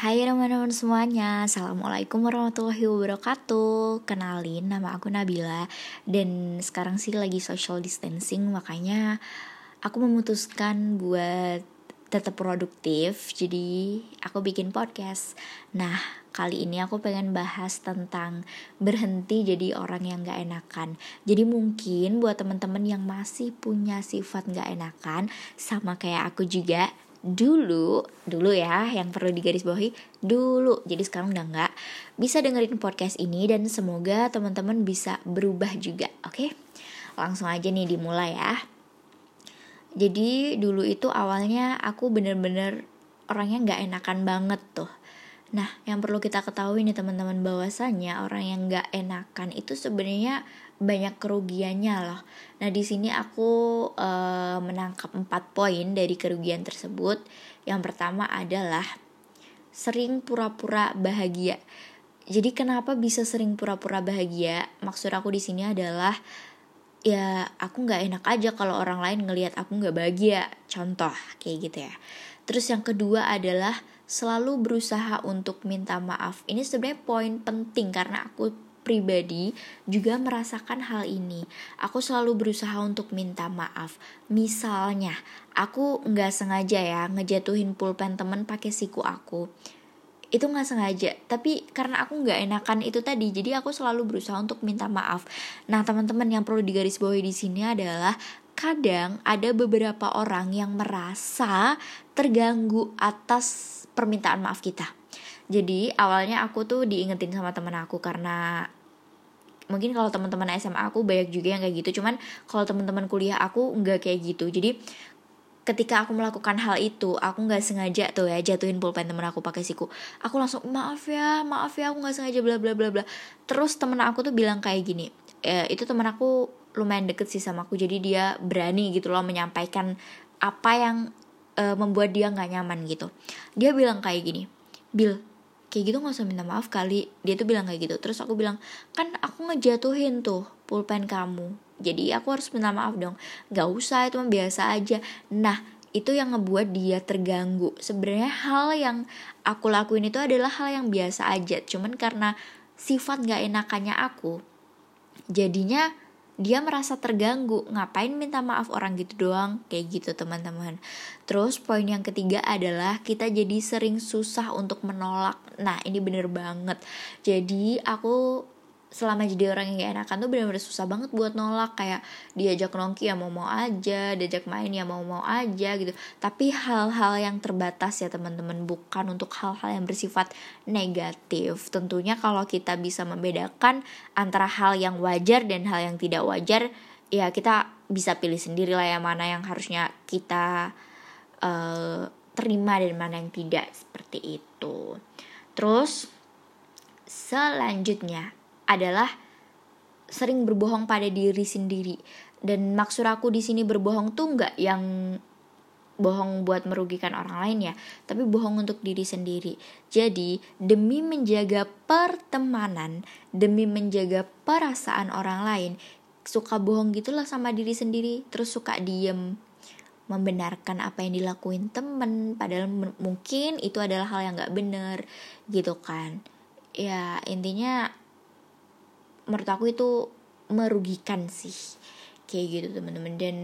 Hai teman-teman semuanya, Assalamualaikum warahmatullahi wabarakatuh. Kenalin, nama aku Nabila. Dan sekarang sih lagi social distancing, makanya aku memutuskan buat tetap produktif. Jadi aku bikin podcast. Nah, kali ini aku pengen bahas tentang berhenti jadi orang yang gak enakan. Jadi mungkin buat teman-teman yang masih punya sifat gak enakan, sama kayak aku juga, dulu ya, yang perlu digarisbawahi dulu, jadi sekarang udah enggak, bisa dengerin podcast ini dan semoga teman-teman bisa berubah juga. Oke, langsung aja nih dimulai ya. Jadi dulu itu awalnya aku bener-bener orangnya gak enakan banget tuh. Nah, yang perlu kita ketahui nih teman-teman, bahwasannya orang yang gak enakan itu sebenarnya banyak kerugiannya loh. Nah, di sini aku menangkap 4 poin dari kerugian tersebut. Yang pertama adalah sering pura-pura bahagia. Jadi kenapa bisa sering pura-pura bahagia? Maksud aku di sini adalah ya aku nggak enak aja kalau orang lain ngelihat aku nggak bahagia. Contoh kayak gitu ya. Terus yang kedua adalah selalu berusaha untuk minta maaf. Ini sebenarnya poin penting karena aku pribadi juga merasakan hal ini. Aku selalu berusaha untuk minta maaf. Misalnya, aku nggak sengaja ya ngejatuhin pulpen temen pakai siku aku. Itu nggak sengaja, tapi karena aku nggak enakan itu tadi, jadi aku selalu berusaha untuk minta maaf. Nah, teman-teman, yang perlu digarisbawahi di sini adalah kadang ada beberapa orang yang merasa terganggu atas permintaan maaf kita. Jadi awalnya aku tuh diingetin sama teman aku, karena mungkin kalau teman-teman SMA aku banyak juga yang kayak gitu, cuman kalau teman-teman kuliah aku nggak kayak gitu. Jadi ketika aku melakukan hal itu, aku nggak sengaja tuh ya jatuhin pulpen temen aku pakai siku. Aku langsung maaf ya aku nggak sengaja bla bla bla bla. Terus temen aku tuh bilang kayak gini, itu temen aku lumayan deket sih sama aku, jadi dia berani gitu loh menyampaikan apa yang membuat dia nggak nyaman gitu. Dia bilang kayak gini, Bil, kayak gitu nggak usah minta maaf kali. Dia tuh bilang kayak gitu. Terus aku bilang, kan aku ngejatuhin tuh pulpen kamu, jadi aku harus minta maaf dong. Gak usah, itu mah biasa aja. Nah, itu yang ngebuat dia terganggu. Sebenarnya hal yang aku lakuin itu adalah hal yang biasa aja, cuman karena sifat gak enakannya aku, jadinya dia merasa terganggu. Ngapain minta maaf orang gitu doang, kayak gitu teman-teman. Terus poin yang ketiga adalah kita jadi sering susah untuk menolak. Nah, ini bener banget. Jadi aku selama jadi orang yang gak enakan tuh benar-benar susah banget buat nolak. Kayak diajak nongki ya mau-mau aja, diajak main ya mau-mau aja gitu. Tapi hal-hal yang terbatas ya teman-teman, bukan untuk hal-hal yang bersifat negatif. Tentunya kalau kita bisa membedakan antara hal yang wajar dan hal yang tidak wajar, ya kita bisa pilih sendiri lah ya mana yang harusnya kita terima dan mana yang tidak, seperti itu. Terus selanjutnya adalah sering berbohong pada diri sendiri. Dan maksud aku di sini berbohong tuh nggak yang bohong buat merugikan orang lain ya, tapi bohong untuk diri sendiri. Jadi demi menjaga pertemanan, demi menjaga perasaan orang lain, suka bohong gitulah sama diri sendiri. Terus suka diem, membenarkan apa yang dilakuin temen, padahal mungkin itu adalah hal yang gak bener gitu kan. Ya intinya menurut aku itu merugikan sih, kayak gitu teman-teman. Dan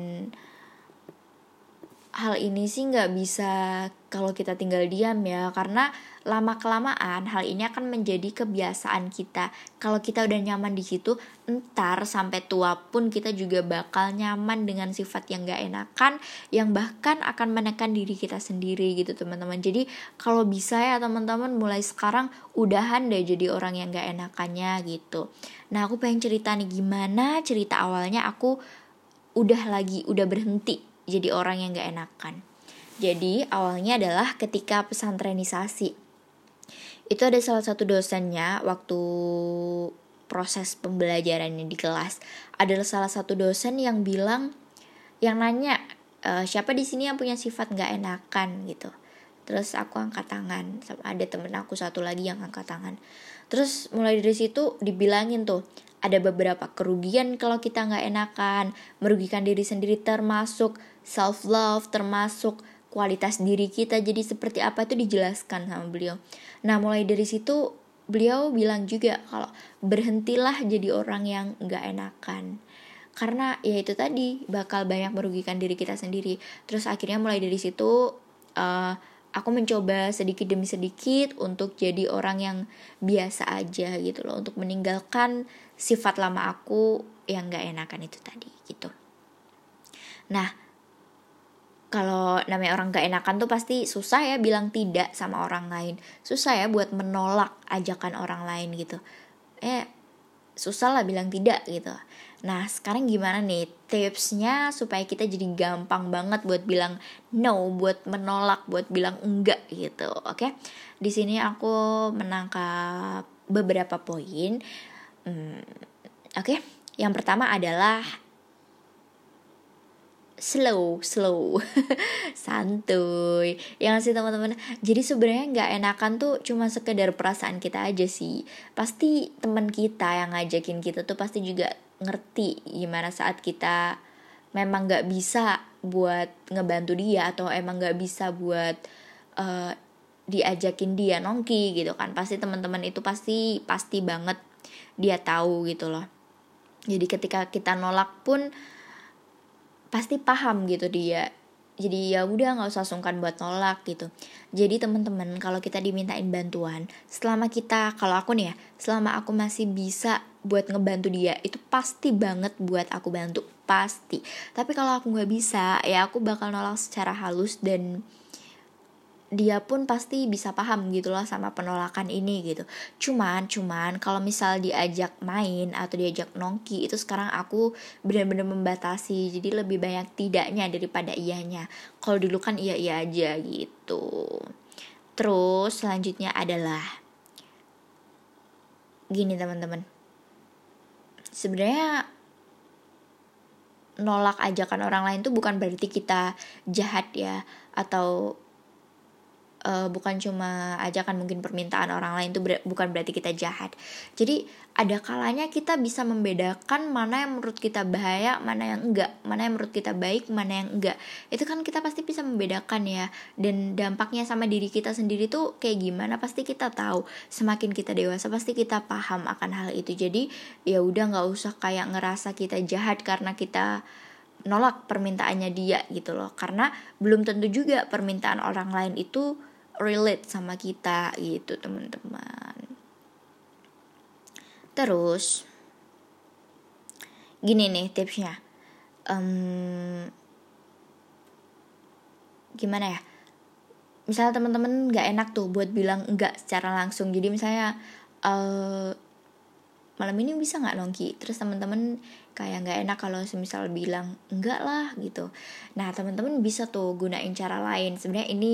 hal ini sih nggak bisa kalau kita tinggal diam ya, karena lama kelamaan hal ini akan menjadi kebiasaan kita. Kalau kita udah nyaman di situ, entar sampai tua pun kita juga bakal nyaman dengan sifat yang nggak enakan, yang bahkan akan menekan diri kita sendiri gitu teman-teman. Jadi kalau bisa ya teman-teman, mulai sekarang udahan deh jadi orang yang nggak enakannya gitu. Nah, aku pengen cerita nih gimana cerita awalnya aku udah berhenti jadi orang yang gak enakan. Jadi awalnya adalah ketika pesantrenisasi. Itu ada salah satu dosennya waktu proses pembelajarannya di kelas. Ada salah satu dosen yang bilang, yang nanya, siapa di sini yang punya sifat gak enakan gitu. Terus aku angkat tangan, ada temen aku satu lagi yang angkat tangan. Terus mulai dari situ dibilangin tuh, ada beberapa kerugian kalau kita gak enakan. Merugikan diri sendiri termasuk self-love, termasuk kualitas diri kita jadi seperti apa itu dijelaskan sama beliau. Nah mulai dari situ beliau bilang juga kalau berhentilah jadi orang yang gak enakan, karena ya itu tadi bakal banyak merugikan diri kita sendiri. Terus akhirnya mulai dari situ aku mencoba sedikit demi sedikit untuk jadi orang yang biasa aja gitu loh, untuk meninggalkan sifat lama aku yang gak enakan itu tadi gitu. Nah kalau namanya orang gak enakan tuh pasti susah ya bilang tidak sama orang lain, susah ya buat menolak ajakan orang lain gitu, susah lah bilang tidak gitu. Nah sekarang gimana nih tipsnya supaya kita jadi gampang banget buat bilang no, buat menolak, buat bilang enggak gitu. Oke, di sini aku menangkap beberapa poin. Oke, yang pertama adalah slow santuy yang sih teman-teman. Jadi sebenarnya nggak enakan tuh cuma sekedar perasaan kita aja sih. Pasti teman kita yang ngajakin kita tuh pasti juga ngerti gimana saat kita memang nggak bisa buat ngebantu dia, atau emang nggak bisa buat diajakin dia nongki gitu kan. Pasti teman-teman itu pasti banget dia tahu gitu loh. Jadi ketika kita nolak pun pasti paham gitu dia. Jadi ya udah nggak usah sungkan buat nolak gitu. Jadi teman-teman kalau kita dimintain bantuan, kalau aku nih ya, selama aku masih bisa buat ngebantu dia, itu pasti banget buat aku bantu, pasti. Tapi kalau aku nggak bisa, ya aku bakal nolak secara halus, dan dia pun pasti bisa paham gitu loh sama penolakan ini gitu. Cuman kalau misal diajak main atau diajak nongki, itu sekarang aku benar-benar membatasi. Jadi lebih banyak tidaknya daripada iyanya. Kalau dulu kan iya aja gitu. Terus selanjutnya adalah gini teman-teman. Sebenarnya nolak ajakan orang lain tuh bukan berarti kita jahat ya, atau bukan cuma ajakan, mungkin permintaan orang lain itu bukan berarti kita jahat. Jadi ada kalanya kita bisa membedakan mana yang menurut kita bahaya, mana yang enggak, mana yang menurut kita baik, mana yang enggak. Itu kan kita pasti bisa membedakan ya. Dan dampaknya sama diri kita sendiri tuh kayak gimana pasti kita tahu. Semakin kita dewasa pasti kita paham akan hal itu. Jadi ya udah nggak usah kayak ngerasa kita jahat karena kita nolak permintaannya dia gitu loh. Karena belum tentu juga permintaan orang lain itu relate sama kita gitu teman-teman. Terus gini nih tipsnya, gimana ya, misalnya teman-teman nggak enak tuh buat bilang enggak secara langsung. Jadi misalnya malam ini bisa nggak nongki, terus teman-teman kayak nggak enak kalau semisal bilang enggak lah gitu. Nah teman-teman bisa tuh gunain cara lain. Sebenarnya ini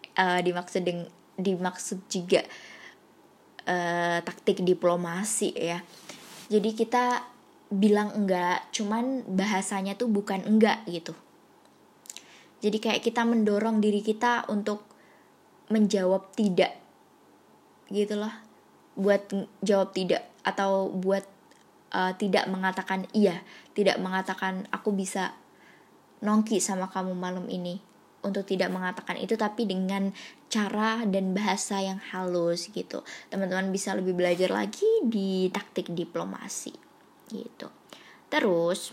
dimaksud juga taktik diplomasi ya. Jadi kita bilang enggak, cuman bahasanya tuh bukan enggak gitu. Jadi kayak kita mendorong diri kita untuk menjawab tidak gitu loh, buat jawab tidak, atau buat tidak mengatakan iya, tidak mengatakan aku bisa nongki sama kamu malam ini, untuk tidak mengatakan itu, tapi dengan cara dan bahasa yang halus gitu. Teman-teman bisa lebih belajar lagi di taktik diplomasi gitu. Terus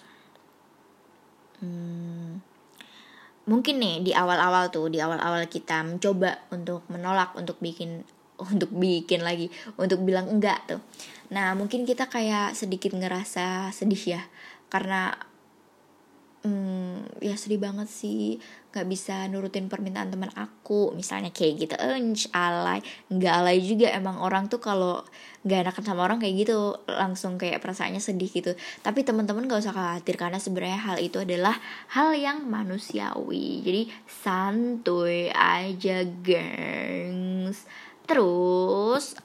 mungkin nih di awal-awal kita mencoba untuk menolak, untuk bikin lagi, untuk bilang enggak tuh. Nah mungkin kita kayak sedikit ngerasa sedih ya, karena ya sedih banget sih gak bisa nurutin permintaan teman aku misalnya kayak gitu. Nggak alay juga, emang orang tuh kalau gak enakan sama orang kayak gitu langsung kayak perasaannya sedih gitu. Tapi teman-teman gak usah khawatir, karena sebenarnya hal itu adalah hal yang manusiawi. Jadi santuy aja gengs. Terus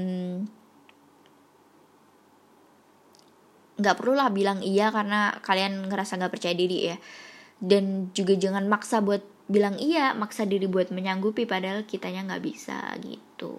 nggak perlu lah bilang iya karena kalian ngerasa nggak percaya diri ya. Dan juga jangan maksa buat bilang iya, maksa diri buat menyanggupi padahal kitanya nggak bisa gitu.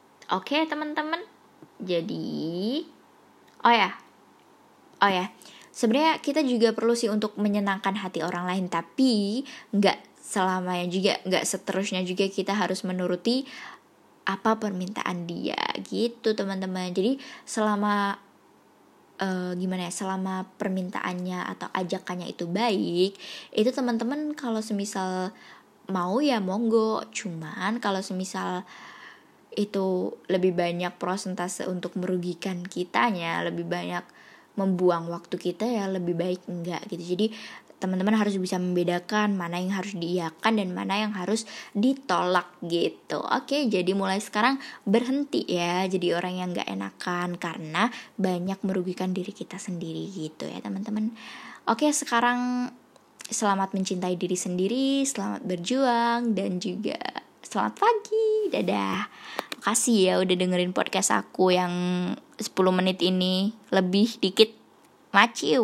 Oke teman-teman, jadi oh ya sebenarnya kita juga perlu sih untuk menyenangkan hati orang lain, tapi nggak selamanya juga, nggak seterusnya juga kita harus menuruti apa permintaan dia gitu teman-teman. Jadi selama selama permintaannya atau ajakannya itu baik, itu teman-teman kalau semisal mau ya monggo. Cuman kalau semisal itu lebih banyak prosentase untuk merugikan kitanya, lebih banyak membuang waktu kita, ya lebih baik enggak gitu. Jadi teman-teman harus bisa membedakan mana yang harus diiyakan dan mana yang harus ditolak gitu. Oke, jadi mulai sekarang berhenti ya jadi orang yang gak enakan, karena banyak merugikan diri kita sendiri gitu ya teman-teman. Oke, sekarang selamat mencintai diri sendiri, selamat berjuang, dan juga selamat pagi. Dadah. Makasih ya udah dengerin podcast aku yang 10 menit ini, lebih dikit. Maciu.